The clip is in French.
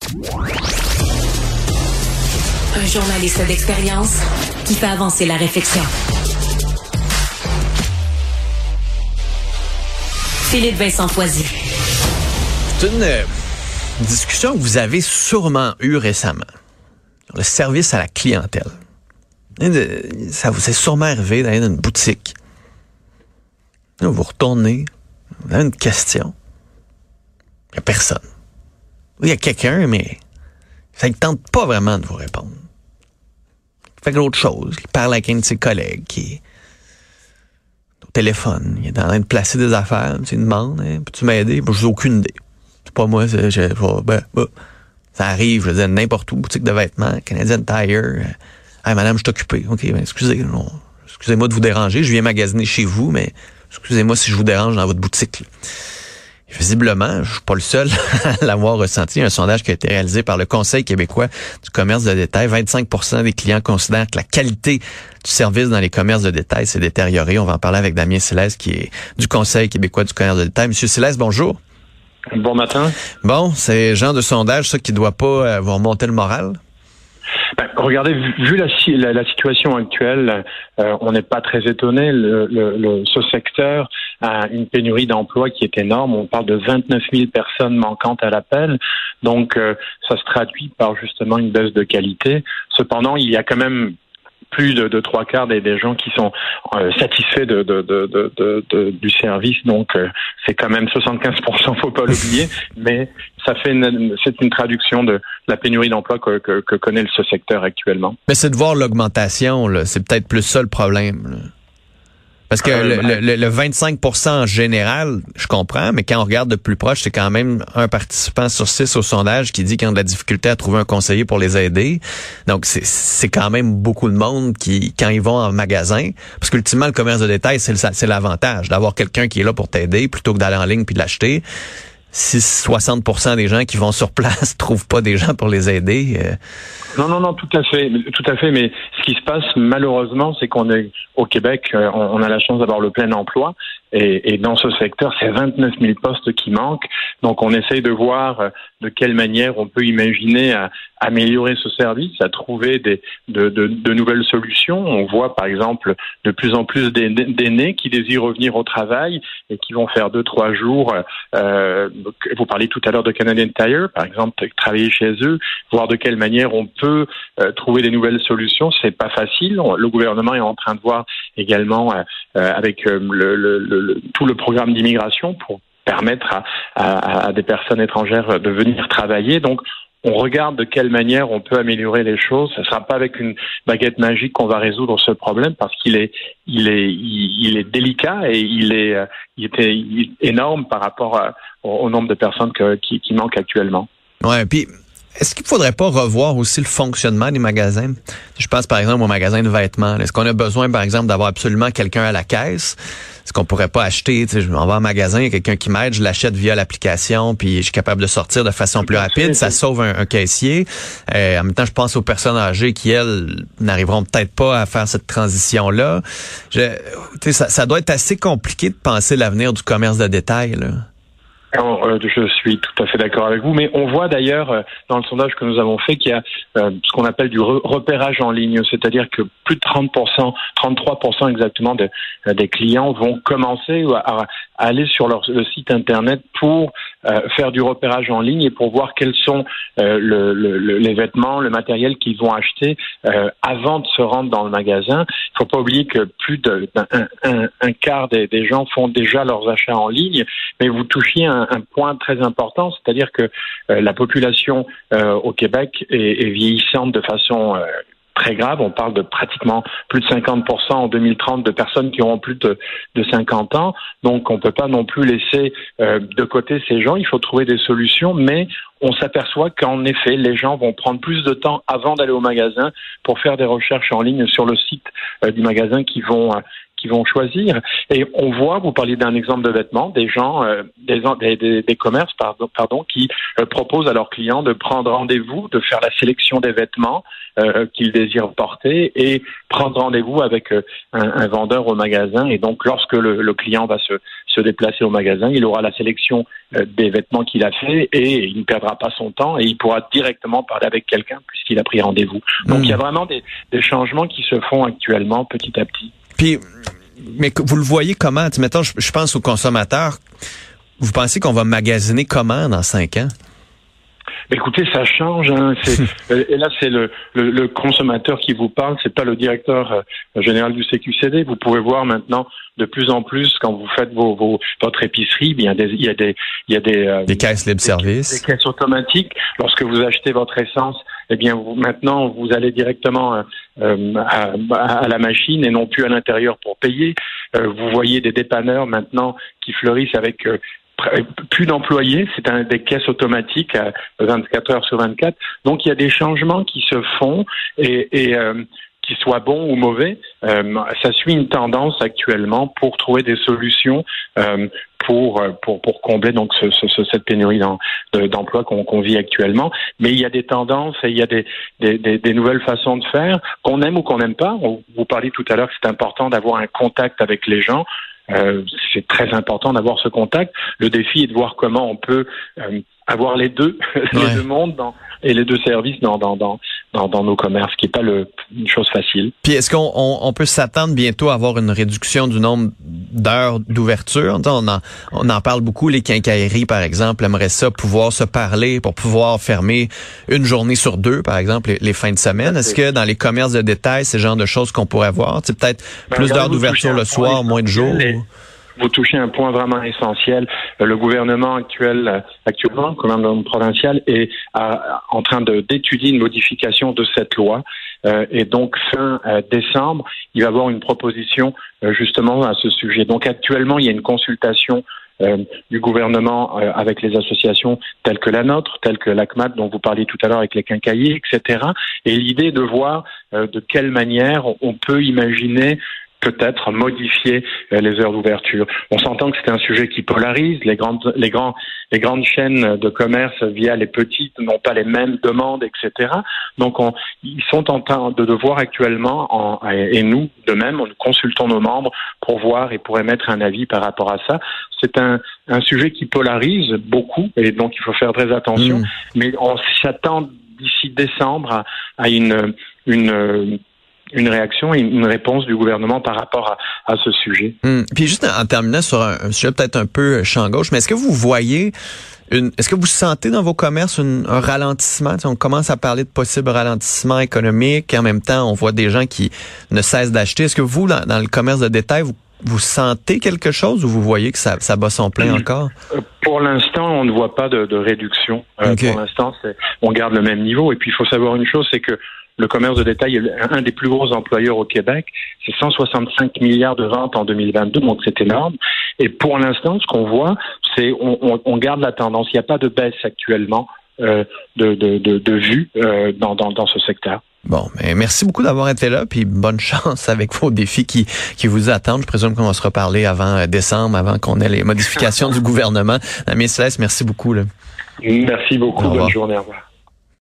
Un journaliste d'expérience qui fait avancer la réflexion. Philippe Vincent Foisy. C'est une discussion que vous avez sûrement eue récemment. Le service à la clientèle. Ça vous est sûrement arrivé d'aller dans une boutique. Là, vous retournez, vous avez une question. Il n'y a personne. Oui, il y a quelqu'un, mais ça ne tente pas vraiment de vous répondre. Il fait autre chose. Il parle avec un de ses collègues qui est au téléphone. Il est en train de placer des affaires. Il demande, peux-tu m'aider? Je n'ai aucune idée. C'est pas moi. Ça arrive, je veux dire, n'importe où, boutique de vêtements, Canadian Tire. Hey, madame, je suis occupé. OK, excusez-moi de vous déranger. Je viens magasiner chez vous, mais excusez-moi si je vous dérange dans votre boutique. Là. Visiblement, je suis pas le seul à l'avoir ressenti. Un sondage qui a été réalisé par le Conseil québécois du commerce de détail. 25% des clients considèrent que la qualité du service dans les commerces de détail s'est détériorée. On va en parler avec Damien Céleste, qui est du Conseil québécois du commerce de détail. Monsieur Céleste, bonjour. Bon matin. Bon, c'est le genre de sondage, ça, qui doit pas vous remonter le moral? Regardez, vu la situation actuelle, on n'est pas très étonné. Ce secteur a une pénurie d'emplois qui est énorme. On parle de 29 000 personnes manquantes à l'appel. Donc, ça se traduit par justement une baisse de qualité. Cependant, il y a quand même plus de 3/4 des gens qui sont satisfaits du service. Donc, c'est quand même 75%, faut pas l'oublier. Mais c'est une traduction de la pénurie d'emploi que connaît ce secteur actuellement. Mais c'est de voir l'augmentation, là. C'est peut-être plus ça le problème, là. Parce que le 25% en général, je comprends, mais quand on regarde de plus proche, c'est quand même un participant sur 6 au sondage qui dit qu'ils ont de la difficulté à trouver un conseiller pour les aider. Donc, c'est quand même beaucoup de monde qui, quand ils vont en magasin, parce qu'ultimement, le commerce de détail, c'est l'avantage d'avoir quelqu'un qui est là pour t'aider plutôt que d'aller en ligne puis de l'acheter. Si 60% des gens qui vont sur place trouvent pas des gens pour les aider. Non, tout à fait. Mais ce qui se passe, malheureusement, c'est qu'on est au Québec, on a la chance d'avoir le plein emploi. Et dans ce secteur, c'est 29 000 postes qui manquent. Donc, on essaye de voir de quelle manière on peut imaginer à améliorer ce service, à trouver de nouvelles solutions. On voit, par exemple, de plus en plus d'aînés qui désirent revenir au travail et qui vont faire 2-3 jours. Vous parliez tout à l'heure de Canadian Tire, par exemple, travailler chez eux, voir de quelle manière on peut trouver des nouvelles solutions. C'est pas facile. Le gouvernement est en train de voir également avec tout le programme d'immigration pour permettre à des personnes étrangères de venir travailler. Donc, on regarde de quelle manière on peut améliorer les choses. Ce ne sera pas avec une baguette magique qu'on va résoudre ce problème parce qu'il est délicat et il est énorme par rapport au nombre de personnes qui manquent actuellement. Ouais, puis est-ce qu'il ne faudrait pas revoir aussi le fonctionnement des magasins? Je pense par exemple au magasin de vêtements. Est-ce qu'on a besoin, par exemple, d'avoir absolument quelqu'un à la caisse? Est-ce qu'on pourrait pas acheter, je m'en vais en magasin, il y a quelqu'un qui m'aide, je l'achète via l'application, puis je suis capable de sortir de façon plus rapide, ça sauve un caissier. En même temps, je pense aux personnes âgées qui, elles, n'arriveront peut-être pas à faire cette transition-là. Ça doit être assez compliqué de penser l'avenir du commerce de détail, là. Alors, je suis tout à fait d'accord avec vous, mais on voit d'ailleurs dans le sondage que nous avons fait qu'il y a ce qu'on appelle du repérage en ligne, c'est-à-dire que plus de 30%, 33% exactement des clients vont commencer à aller sur le site internet pour faire du repérage en ligne et pour voir quels sont les vêtements, le matériel qu'ils vont acheter avant de se rendre dans le magasin. Il faut pas oublier que plus d'un quart des gens font déjà leurs achats en ligne, mais vous touchiez un point très important, c'est-à-dire que la population au Québec est vieillissante de façon très grave. On parle de pratiquement plus de 50% en 2030 de personnes qui auront plus de 50 ans. Donc, on ne peut pas non plus laisser de côté ces gens. Il faut trouver des solutions, mais on s'aperçoit qu'en effet, les gens vont prendre plus de temps avant d'aller au magasin pour faire des recherches en ligne sur le site du magasin qui vont qu'ils vont choisir. Et on voit, vous parliez d'un exemple de vêtements, des gens, des commerces, qui proposent à leurs clients de prendre rendez-vous, de faire la sélection des vêtements qu'ils désirent porter et prendre rendez-vous avec un vendeur au magasin. Et donc, lorsque le client va se déplacer au magasin, il aura la sélection des vêtements qu'il a fait et il ne perdra pas son temps et il pourra directement parler avec quelqu'un puisqu'il a pris rendez-vous. Donc, il y a vraiment des changements qui se font actuellement petit à petit. Puis, mais vous le voyez comment? Mettons, je pense aux consommateurs. Vous pensez qu'on va magasiner comment dans 5 ans? Écoutez, ça change. Hein. Et là, c'est le consommateur qui vous parle. C'est pas le directeur général du CQCD. Vous pouvez voir maintenant de plus en plus quand vous faites votre épicerie, il y a des caisses libre-service, des caisses automatiques. Lorsque vous achetez votre essence, eh bien maintenant vous allez directement à la machine et non plus à l'intérieur pour payer. Vous voyez des dépanneurs maintenant qui fleurissent avec plus d'employés, c'est des caisses automatiques à 24 heures sur 24. Donc il y a des changements qui se font et qu'ils soient bons ou mauvais, ça suit une tendance actuellement pour trouver des solutions pour combler donc cette pénurie d'emploi qu'on vit actuellement. Mais il y a des tendances et il y a des nouvelles façons de faire qu'on aime ou qu'on n'aime pas. Vous parliez tout à l'heure que c'est important d'avoir un contact avec les gens. C'est très important d'avoir ce contact. Le défi est de voir comment on peut avoir les deux mondes et les deux services dans nos commerces, qui n'est pas une chose facile. Puis est-ce qu'on peut s'attendre bientôt à avoir une réduction du nombre d'heures d'ouverture? On en parle beaucoup, les quincailleries, par exemple, aimeraient ça, pouvoir se parler pour pouvoir fermer une journée sur 2, par exemple, les fins de semaine. Est-ce que dans les commerces de détail, c'est le genre de choses qu'on pourrait voir? C'est peut-être plus d'heures d'ouverture le soir, moins de jours? Vous touchez un point vraiment essentiel. Le gouvernement actuellement, le gouvernement provincial est en train d'étudier une modification de cette loi. Et donc, fin décembre, il va y avoir une proposition justement à ce sujet. Donc, actuellement, il y a une consultation du gouvernement avec les associations telles que la nôtre, telles que l'ACMAT, dont vous parliez tout à l'heure avec les quincailliers, etc. Et l'idée est de voir de quelle manière on peut imaginer peut-être modifier les heures d'ouverture. On s'entend que c'est un sujet qui polarise. Les grandes chaînes de commerce via les petites n'ont pas les mêmes demandes, etc. Donc ils sont en train de voir actuellement, et nous de même, nous consultons nos membres pour voir et pour émettre un avis par rapport à ça. C'est un sujet qui polarise beaucoup et donc il faut faire très attention. Mais on s'attend d'ici décembre à une réaction et une réponse du gouvernement par rapport à ce sujet. Puis juste en terminant sur un sujet peut-être un peu champ gauche, mais est-ce que vous voyez est-ce que vous sentez dans vos commerces un ralentissement? On commence à parler de possible ralentissement économique et en même temps, on voit des gens qui ne cessent d'acheter. Est-ce que vous, dans le commerce de détail, vous sentez quelque chose ou vous voyez que ça bat son plein encore? Pour l'instant, on ne voit pas de réduction. Pour l'instant, on garde le même niveau. Et puis, il faut savoir une chose, c'est que le commerce de détail est un des plus gros employeurs au Québec. C'est 165 milliards de ventes en 2022, donc c'est énorme. Et pour l'instant, ce qu'on voit, c'est on garde la tendance. Il n'y a pas de baisse actuellement de vue dans ce secteur. Bon, mais merci beaucoup d'avoir été là, puis bonne chance avec vos défis qui vous attendent. Je présume qu'on va se reparler avant décembre, avant qu'on ait les modifications du gouvernement. Damien Céleste, merci beaucoup. Merci beaucoup. Bonne journée. Au revoir.